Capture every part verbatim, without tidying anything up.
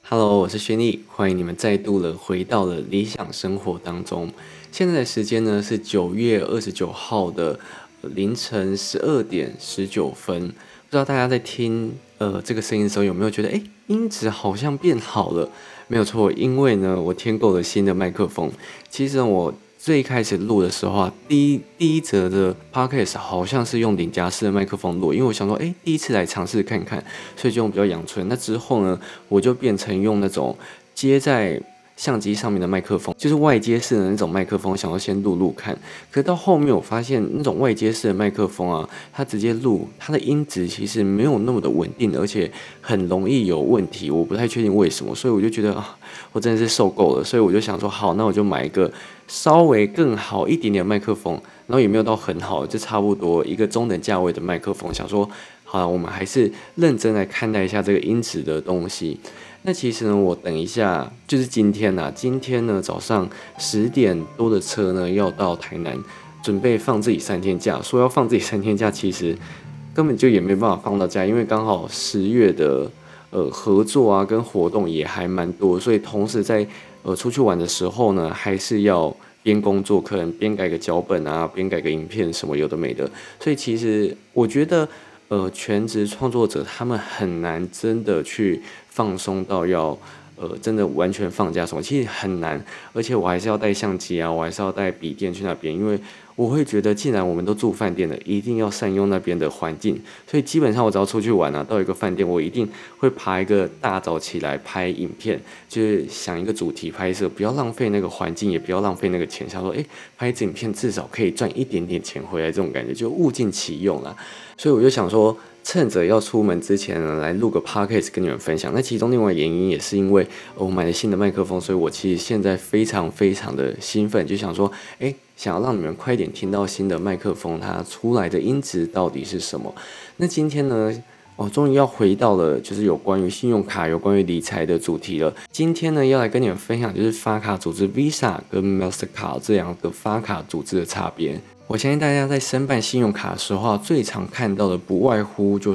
Hello，我是轩毅，欢迎你们再度的回到了理想生活当中。现在的时间呢是九月二十九号的凌晨十二点十九分。不知道大家在听呃这个声音的时候有没有觉得，哎，音质好像变好了？没有错，因为呢我添购了新的麦克风。其实我最开始录的时候啊，第一第一则的 podcast 好像是用领夹式的麦克风录，因为我想说，哎，第一次来尝试看看，所以就用比较阳春。那之后呢，我就变成用那种接在相机上面的麦克风，就是外接式的那种麦克风，想要先录录看。可是到后面我发现，那种外接式的麦克风啊，它直接录，它的音质其实没有那么的稳定，而且很容易有问题。我不太确定为什么，所以我就觉得啊，我真的是受够了。所以我就想说，好，那我就买一个稍微更好一点点的麦克风，然后也没有到很好，就差不多一个中等价位的麦克风。想说，好了，我们还是认真来看待一下这个音质的东西。那其实呢，我等一下就是今天呐、啊，今天呢早上十点多的车呢要到台南，准备放自己三天假。说要放自己三天假，其实根本就也没办法放到假，因为刚好十月的呃合作啊跟活动也还蛮多，所以同时在呃出去玩的时候呢，还是要边工作，可能边改个脚本啊，边改个影片什么有的没的。所以其实我觉得。呃，全职创作者他们很难真的去放松到要，呃，真的完全放假什么，其实很难。而且我还是要带相机啊，我还是要带笔电去那边，因为我会觉得，既然我们都住饭店了，一定要善用那边的环境。所以基本上我只要出去玩啊，到一个饭店，我一定会爬一个大早起来拍影片，就是想一个主题拍摄，不要浪费那个环境，也不要浪费那个钱。想说，哎，拍一支影片至少可以赚一点点钱回来，这种感觉就物尽其用啦。所以我就想说，趁着要出门之前呢，来录个 podcast 跟你们分享。那其中另外原因也是因为、哦、我买了新的麦克风，所以我其实现在非常非常的兴奋，就想说，哎，想要让你们快点听到新的麦克风它出来的音质到底是什么。那今天呢？哦，终于要回到了就是有关于信用卡、有关于理财的主题了。今天呢，要来跟你们分享就是发卡组织 Visa 跟 Mastercard 这两个发卡组织的差别。我相信大家在申办信用卡的时候啊，最常看到的不外乎就是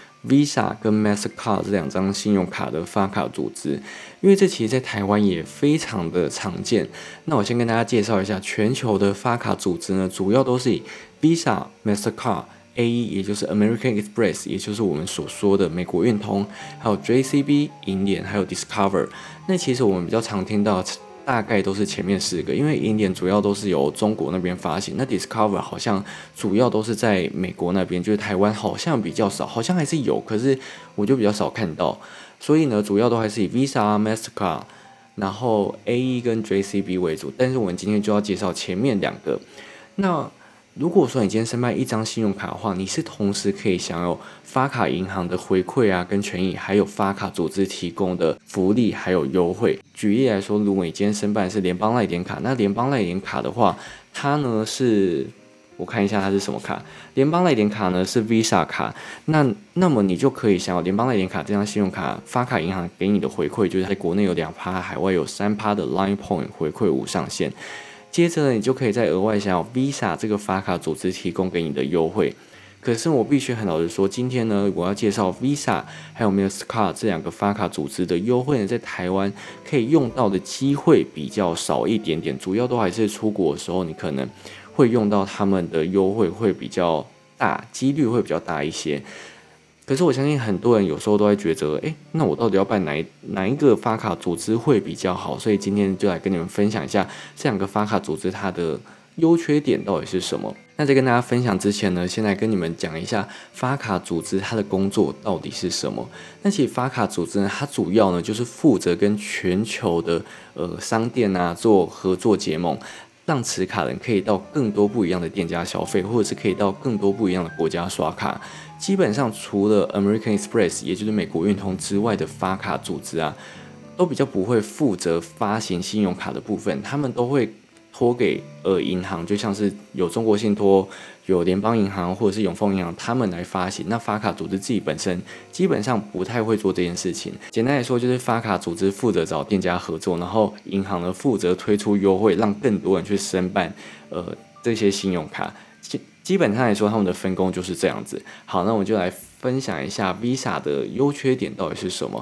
Visa 跟 Mastercard 这两张信用卡的发卡组织，因为这其实在台湾也非常的常见。那我先跟大家介绍一下全球的发卡组织呢，主要都是以 Visa、Mastercard。A E 也就是 American Express， 也就是我们所说的美国运通，还有 J C B 银联，还有 Discover。那其实我们比较常听到，大概都是前面四个，因为银联主要都是由中国那边发行，那 Discover 好像主要都是在美国那边，就是台湾好像比较少，好像还是有，可是我就比较少看到。所以呢，主要都还是以 Visa、Mastercard， 然后 A E 跟 J C B 为主。但是我们今天就要介绍前面两个。那如果说你今天申办一张信用卡的话，你是同时可以享有发卡银行的回馈啊跟权益，还有发卡组织提供的福利还有优惠。举例来说，如果你今天申办的是联邦赖点卡，那联邦赖点卡的话，它呢是我看一下它是什么卡，联邦赖点卡呢是 Visa 卡，那那么你就可以享有联邦赖点卡这张信用卡发卡银行给你的回馈，就是在国内有两趴，海外有三趴的 Line Point 回馈无上限。接着呢，你就可以再额外享有 Visa 这个发卡组织提供给你的优惠。可是我必须很老实说，今天呢，我要介绍 Visa 还有 Mastercard 这两个发卡组织的优惠呢，在台湾可以用到的机会比较少一点点，主要都还是出国的时候，你可能会用到他们的优惠会比较大，几率会比较大一些。可是我相信很多人有时候都在抉择，哎，那我到底要办哪一哪一个发卡组织会比较好？所以今天就来跟你们分享一下这两个发卡组织它的优缺点到底是什么。那在跟大家分享之前呢，先来跟你们讲一下发卡组织它的工作到底是什么。那其实发卡组织呢，它主要呢就是负责跟全球的呃商店啊做合作结盟。让持卡人可以到更多不一样的店家消费，或者是可以到更多不一样的国家刷卡。基本上除了 American Express， 也就是美国运通之外的发卡组织啊，都比较不会负责发行信用卡的部分，他们都会托给呃银行，就像是有中国信托、有联邦银行或者是永丰银行，他们来发行。那发卡组织自己本身基本上不太会做这件事情。简单来说，就是发卡组织负责找店家合作，然后银行呢负责推出优惠，让更多人去申办呃这些信用卡。基基本上来说，他们的分工就是这样子。好，那我就来分享一下 Visa 的优缺点到底是什么。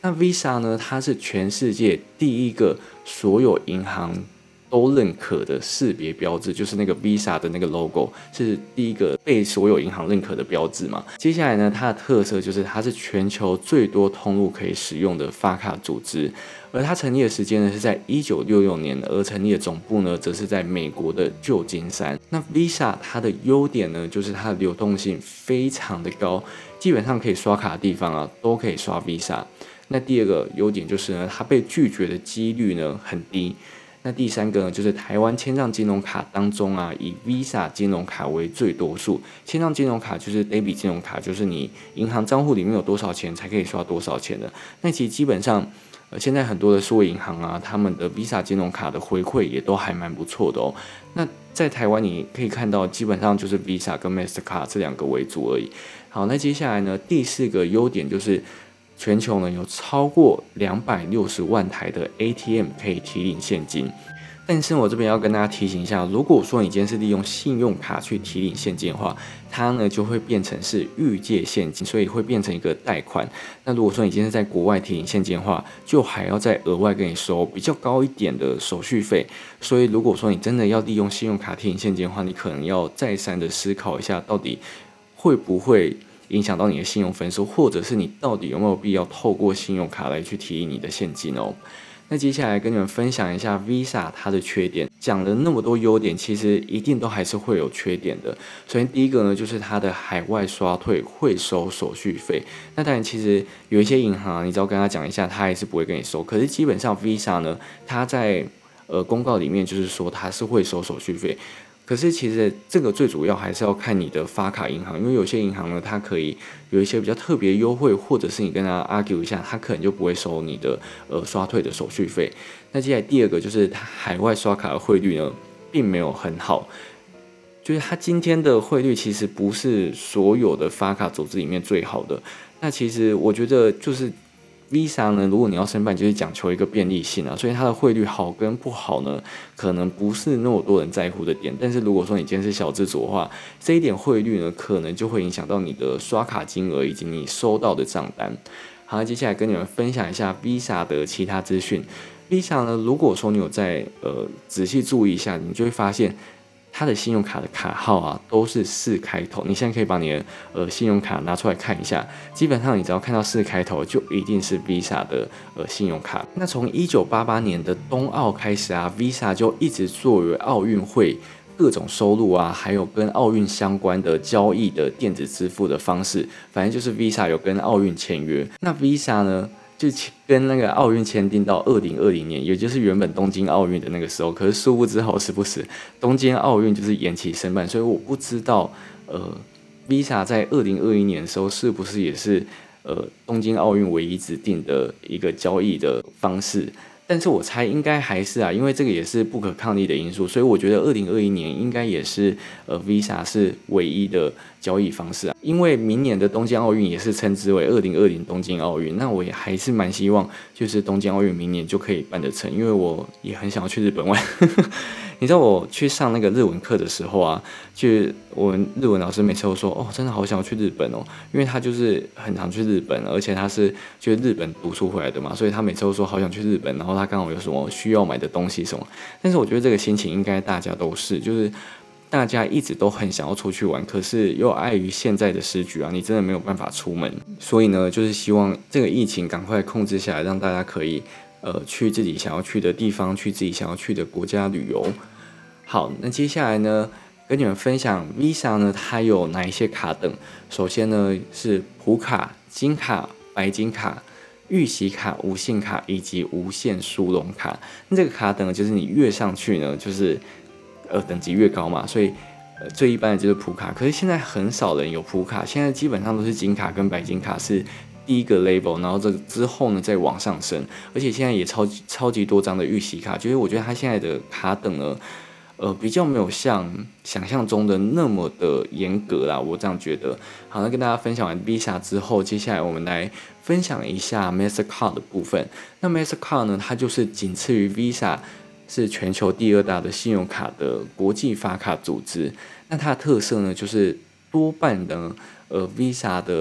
那 Visa 呢，它是全世界第一个所有银行都认可的识别标志，就是那个 Visa 的那个 logo 是第一个被所有银行认可的标志嘛。接下来呢，它的特色就是它是全球最多通路可以使用的发卡组织，而它成立的时间呢是在一九六六年，而成立的总部呢则是在美国的旧金山。那 Visa 它的优点呢，就是它的流动性非常的高，基本上可以刷卡的地方啊都可以刷 Visa。那第二个优点就是呢，它被拒绝的几率呢很低。那第三个呢，就是台湾签账金融卡当中啊，以 Visa 金融卡为最多数。签账金融卡就是 debit 金融卡，就是你银行账户里面有多少钱才可以刷多少钱的。那其实基本上，呃，现在很多的数位银行啊，他们的 Visa 金融卡的回馈也都还蛮不错的哦。那在台湾你可以看到，基本上就是 Visa 跟 Mastercard 这两个为主而已。好，那接下来呢，第四个优点就是全球呢有超过两百六十万台的 A T M 可以提领现金，但是我这边要跟大家提醒一下，如果说你今天是利用信用卡去提领现金的话，它呢就会变成是预借现金，所以会变成一个贷款。那如果说你今天是在国外提领现金的话，就还要再额外跟你收比较高一点的手续费。所以如果说你真的要利用信用卡提领现金的话，你可能要再三的思考一下，到底会不会影响到你的信用分数，或者是你到底有没有必要透过信用卡来去提领你的现金哦。那接下来跟你们分享一下 Visa 它的缺点。讲了那么多优点，其实一定都还是会有缺点的。首先第一个呢，就是它的海外刷退会收手续费。那当然，其实有一些银行、啊，你只要跟他讲一下，他还是不会跟你收。可是基本上 Visa 呢，它在呃公告里面就是说它是会收手续费。可是其实这个最主要还是要看你的发卡银行，因为有些银行呢，它可以有一些比较特别优惠，或者是你跟他 argue 一下，它可能就不会收你的呃刷退的手续费。那接下来第二个就是它海外刷卡的汇率呢，并没有很好，就是它今天的汇率其实不是所有的发卡组织里面最好的。那其实我觉得就是。Visa 呢，如果你要申办，就是讲求一个便利性啊，所以它的汇率好跟不好呢，可能不是那么多人在乎的点。但是如果说你今天是小资主的话，这一点汇率呢，可能就会影响到你的刷卡金额以及你收到的账单。好，接下来跟你们分享一下 Visa 的其他资讯。Visa 呢，如果说你有在呃仔细注意一下，你就会发现。它的信用卡的卡号啊，都是四开头。你现在可以把你的呃信用卡拿出来看一下，基本上你只要看到四开头，就一定是 Visa 的呃信用卡。那从一九八八年的冬奥开始啊 ，Visa 就一直作为奥运会各种收入啊，还有跟奥运相关的交易的电子支付的方式，反正就是 Visa 有跟奥运签约。那 Visa 呢？就跟那个奥运签订到二零二零年，也就是原本东京奥运的那个时候。可是殊不知好死不死，东京奥运就是延期申办，所以我不知道，呃，Visa 在二零二一年的时候是不是也是呃东京奥运唯一指定的一个交易的方式？但是我猜应该还是啊，因为这个也是不可抗力的因素，所以我觉得二零二一年应该也是呃 Visa 是唯一的交易方式啊。因为明年的东京奥运也是称之为二零二零东京奥运，那我也还是蛮希望就是东京奥运明年就可以办得成，因为我也很想要去日本玩。你知道我去上那个日文课的时候啊，就我们日文老师每次都说，哦，真的好想要去日本哦，因为他就是很常去日本，而且他是就是日本读书回来的嘛，所以他每次都说好想去日本，然后他刚好有什么需要买的东西什么。但是我觉得这个心情应该大家都是，就是大家一直都很想要出去玩，可是又碍于现在的时局啊，你真的没有办法出门，所以呢，就是希望这个疫情赶快控制下来，让大家可以呃去自己想要去的地方，去自己想要去的国家旅游。好，那接下来呢，跟你们分享 Visa 呢，它有哪一些卡等？首先呢是普卡、金卡、白金卡、预习卡、无信卡以及无限殊荣卡。那这个卡等就是你越上去呢，就是呃等级越高嘛，所以呃最一般的就是普卡。可是现在很少人有普卡，现在基本上都是金卡跟白金卡是第一个 level， 然后这之后呢再往上升，而且现在也超级超级多张的预习卡，就是我觉得它现在的卡等呢。呃，比较没有像想象中的那么的严格啦，我这样觉得。好，那跟大家分享完 Visa 之后，接下来我们来分享一下 Mastercard 的部分。那 Mastercard 呢，它就是仅次于 Visa， 是全球第二大的信用卡的国际发卡组织。那它的特色呢，就是多半呢，呃 Visa 的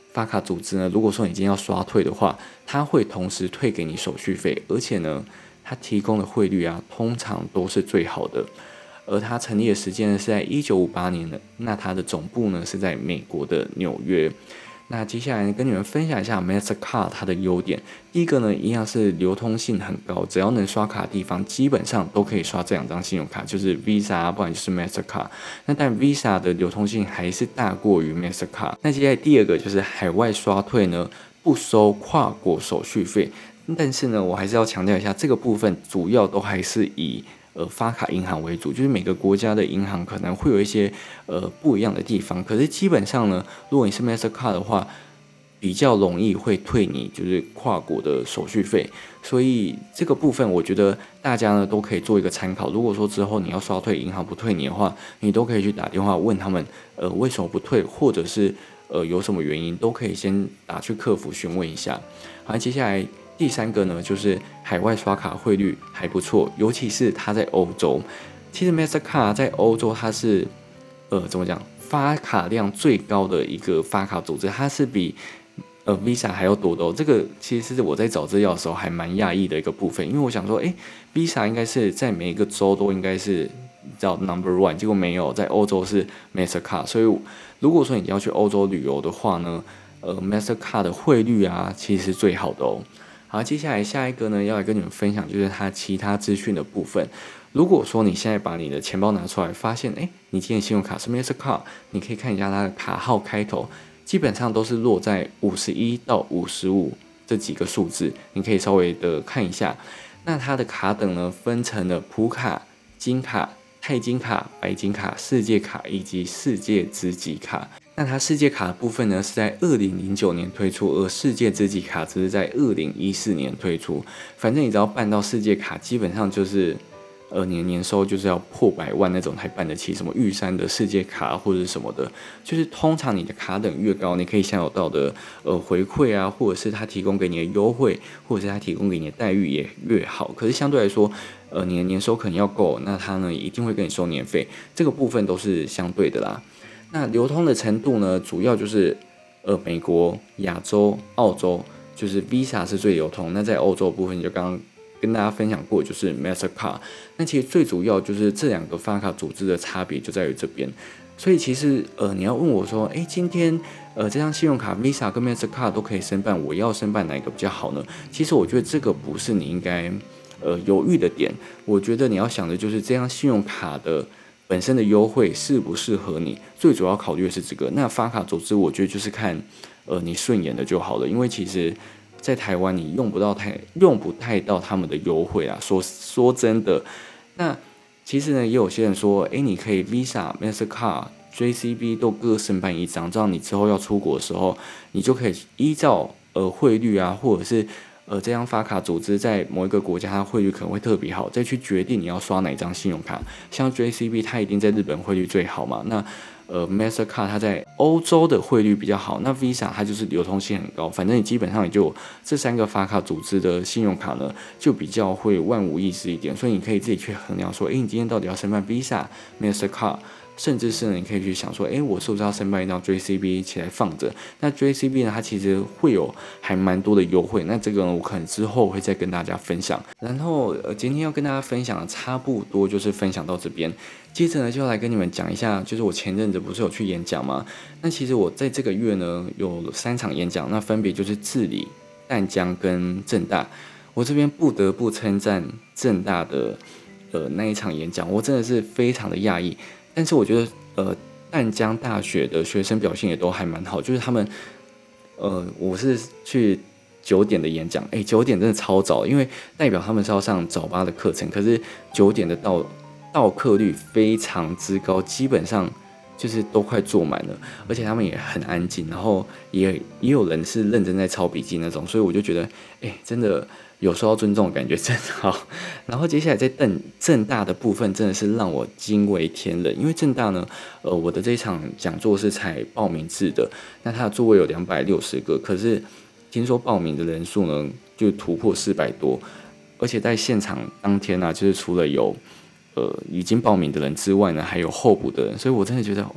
发卡组织呢，如果说你今天要刷退的话，它会同时退给你手续费，而且呢，它提供的汇率啊，通常都是最好的。而它成立的时间呢是在一九五八年的，那它的总部呢是在美国的纽约。那接下来跟你们分享一下 Mastercard 它的优点。第一个呢，一样是流通性很高，只要能刷卡的地方，基本上都可以刷这两张信用卡，就是 Visa 不然就是 Mastercard。那但 Visa 的流通性还是大过于 Mastercard。那接下来第二个就是海外刷退呢，不收跨国手续费。但是呢，我还是要强调一下，这个部分主要都还是以呃发卡银行为主，就是每个国家的银行可能会有一些呃不一样的地方，可是基本上呢，如果你是 Mastercard 的话，比较容易会退你就是跨国的手续费，所以这个部分我觉得大家呢都可以做一个参考。如果说之后你要刷退，银行不退你的话，你都可以去打电话问他们，呃为什么不退，或者是呃有什么原因，都可以先打去客服询问一下。好，接下来第三个呢，就是海外刷卡汇率还不错，尤其是它在欧洲。其实 Mastercard 在欧洲它是呃怎么讲，发卡量最高的一个发卡组织，它是比呃 Visa 还要多的哦。这个其实是我在找资料的时候还蛮讶异的一个部分，因为我想说，哎 ，Visa 应该是在每一个州都应该是叫 number one， 结果没有，在欧洲是 Mastercard。所以如果说你要去欧洲旅游的话呢，呃 Mastercard 的汇率啊，其实是最好的哦。好，接下来下一个呢，要来跟你们分享就是它其他资讯的部分。如果说你现在把你的钱包拿出来，发现哎，你今天信用卡是 Mastercard， 你可以看一下它的卡号开头，基本上都是落在五十一到五十五这几个数字，你可以稍微的看一下。那它的卡等呢，分成了普卡、金卡、钛金卡、白金卡、世界卡以及世界知己卡。那它世界卡的部分呢，是在二零零九年推出，而世界知己卡只是在二零一四年推出。反正你只要办到世界卡，基本上就是呃，你的年收就是要破百万那种才办得起什么玉山的世界卡或者是什么的。就是通常你的卡等越高，你可以享有到的呃回馈啊，或者是他提供给你的优惠，或者是他提供给你的待遇也越好。可是相对来说，呃，你的年收可能要够，那他呢一定会跟你收年费，这个部分都是相对的啦。那流通的程度呢，主要就是呃美国、亚洲、澳洲，就是 Visa 是最流通。那在欧洲部分，就刚刚跟大家分享过，就是 Mastercard。那其实最主要就是这两个发卡组织的差别就在于这边。所以其实呃你要问我说，哎，今天呃这张信用卡 Visa 跟 Mastercard 都可以申办，我要申办哪一个比较好呢？其实我觉得这个不是你应该呃犹豫的点。我觉得你要想的就是这张信用卡的本身的优惠适不适合你，最主要考虑的是这个。那发卡组织，我觉得就是看，呃，你顺眼的就好了。因为其实，在台湾你用不到太用不太到他们的优惠啊。说说真的，那其实呢，也有些人说，哎，你可以 Visa、Mastercard、J C B 都各申办一张，这样你之后要出国的时候，你就可以依照呃汇率啊，或者是呃，这张发卡组织在某一个国家，它汇率可能会特别好，再去决定你要刷哪张信用卡。像 J C B 它一定在日本汇率最好嘛，那呃 Mastercard 它在欧洲的汇率比较好，那 Visa 它就是流通性很高。反正你基本上也就这三个发卡组织的信用卡呢，就比较会万无一失一点，所以你可以自己去衡量说，诶，你今天到底要申办 Visa、Mastercard。甚至是你可以去想说，哎，我是不是要申办一张 J C B 起来放着？那 J C B 呢，它其实会有还蛮多的优惠。那这个呢，我可能之后会再跟大家分享。然后，呃，今天要跟大家分享的差不多就是分享到这边。接着呢，就来跟你们讲一下，就是我前阵子不是有去演讲吗？那其实我在这个月呢有三场演讲，那分别就是致理、淡江跟政大。我这边不得不称赞政大的呃那一场演讲，我真的是非常的讶异。但是我觉得，呃，淡江大学的学生表现也都还蛮好，就是他们，呃，我是去九点的演讲，哎，九点真的超早，因为代表他们是要上早八的课程，可是九点的到到课率非常之高，基本上就是都快坐满了，而且他们也很安静，然后也也有人是认真在抄笔记那种，所以我就觉得，哎，真的。有受到尊重的感觉真好。然后接下来在政政大的部分真的是让我惊为天人，因为政大呢，呃，我的这一场讲座是采报名制的，那它的座位有两百六十个，可是听说报名的人数呢就突破四百多，而且在现场当天呢、啊，就是除了有呃已经报名的人之外呢，还有候补的人，所以我真的觉得哇。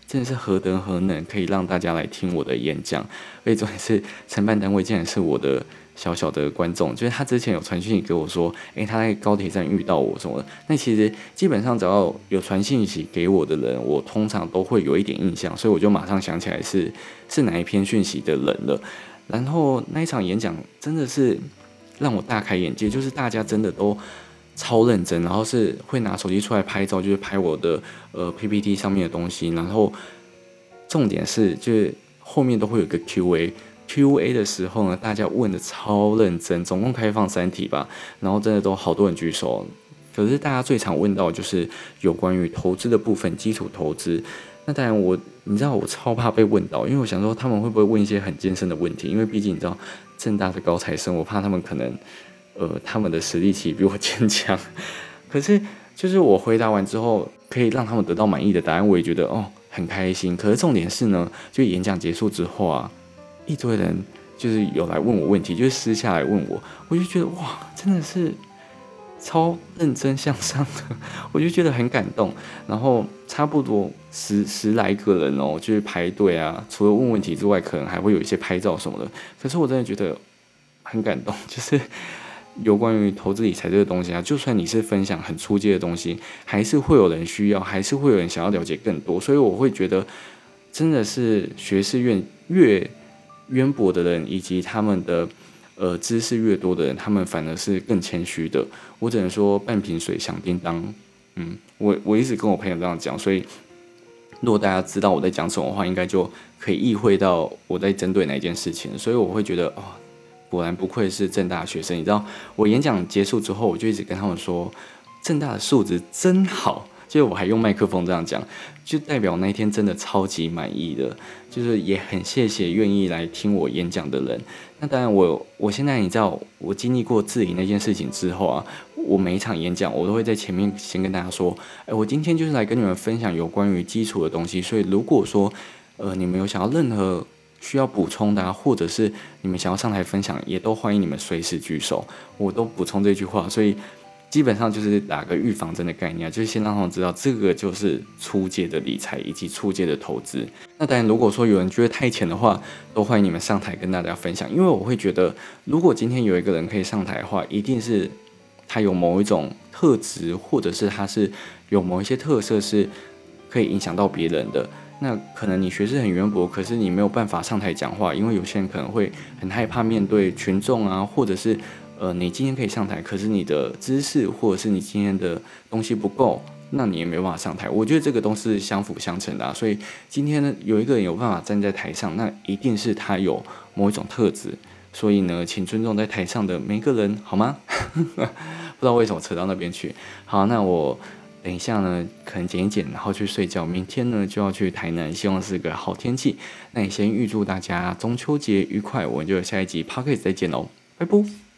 真的是何德何能，可以让大家来听我的演讲。而且重点是承办单位竟然是我的小小的观众，就是他之前有传讯息给我说，诶，他在高铁站遇到我什么的。那其实基本上只要有传讯息给我的人，我通常都会有一点印象，所以我就马上想起来是是哪一篇讯息的人了。然后那一场演讲真的是让我大开眼界，就是大家真的都超认真，然后是会拿手机出来拍照，就是拍我的呃 P P T 上面的东西，然后重点是就是后面都会有一个 Q A。Q A 的时候呢，大家问的超认真，总共开放三题吧，然后真的都好多人举手。可是大家最常问到就是有关于投资的部分，基础投资。那当然我，你知道我超怕被问到，因为我想说他们会不会问一些很艰深的问题，因为毕竟你知道政大的高材生，我怕他们可能，呃，他们的实力其实比我坚强。可是就是我回答完之后，可以让他们得到满意的答案，我也觉得哦很开心。可是重点是呢，就演讲结束之后啊。一堆人就是有来问我问题，就是私下来问我，我就觉得哇，真的是超认真向上的，我就觉得很感动。然后差不多十十来个人哦，就是排队啊，除了问问题之外，可能还会有一些拍照什么的。可是我真的觉得很感动，就是有关于投资理财这个东西啊，就算你是分享很初阶的东西，还是会有人需要，还是会有人想要了解更多。所以我会觉得，真的是学识越越渊博的人，以及他们的呃知识越多的人，他们反而是更谦虚的。我只能说半瓶水响叮当。嗯，我我一直跟我朋友这样讲，所以如果大家知道我在讲什么的话，应该就可以意会到我在针对哪一件事情。所以我会觉得哦，果然不愧是政大学生。你知道，我演讲结束之后，我就一直跟他们说，政大的素质真好。就我还用麦克风这样讲，就代表那一天真的超级满意的，就是也很谢谢愿意来听我演讲的人。那当然我，我现在你知道，我经历过自营那件事情之后啊，我每一场演讲我都会在前面先跟大家说，哎，我今天就是来跟你们分享有关于基础的东西，所以如果说，呃，你们有想要任何需要补充的啊，或者是你们想要上台分享，也都欢迎你们随时举手，我都补充这句话，所以。基本上就是打个预防针的概念，就是先让他们知道这个就是初阶的理财以及初阶的投资。那当然，如果说有人觉得太浅的话，都欢迎你们上台跟大家分享。因为我会觉得，如果今天有一个人可以上台的话，一定是他有某一种特质，或者是他是有某一些特色是可以影响到别人的。那可能你学识很渊博，可是你没有办法上台讲话，因为有些人可能会很害怕面对群众啊，或者是。呃，你今天可以上台，可是你的知识或者是你今天的东西不够，那你也没办法上台。我觉得这个都是相辅相成的啊。所以今天呢，有一个人有办法站在台上，那一定是他有某一种特质。所以呢，请尊重在台上的每一个人，好吗？不知道为什么扯到那边去。好，那我等一下呢，可能剪一剪，然后去睡觉。明天呢就要去台南，希望是个好天气。那也先预祝大家中秋节愉快，我们就下一集 Podcast 再见喽，拜拜。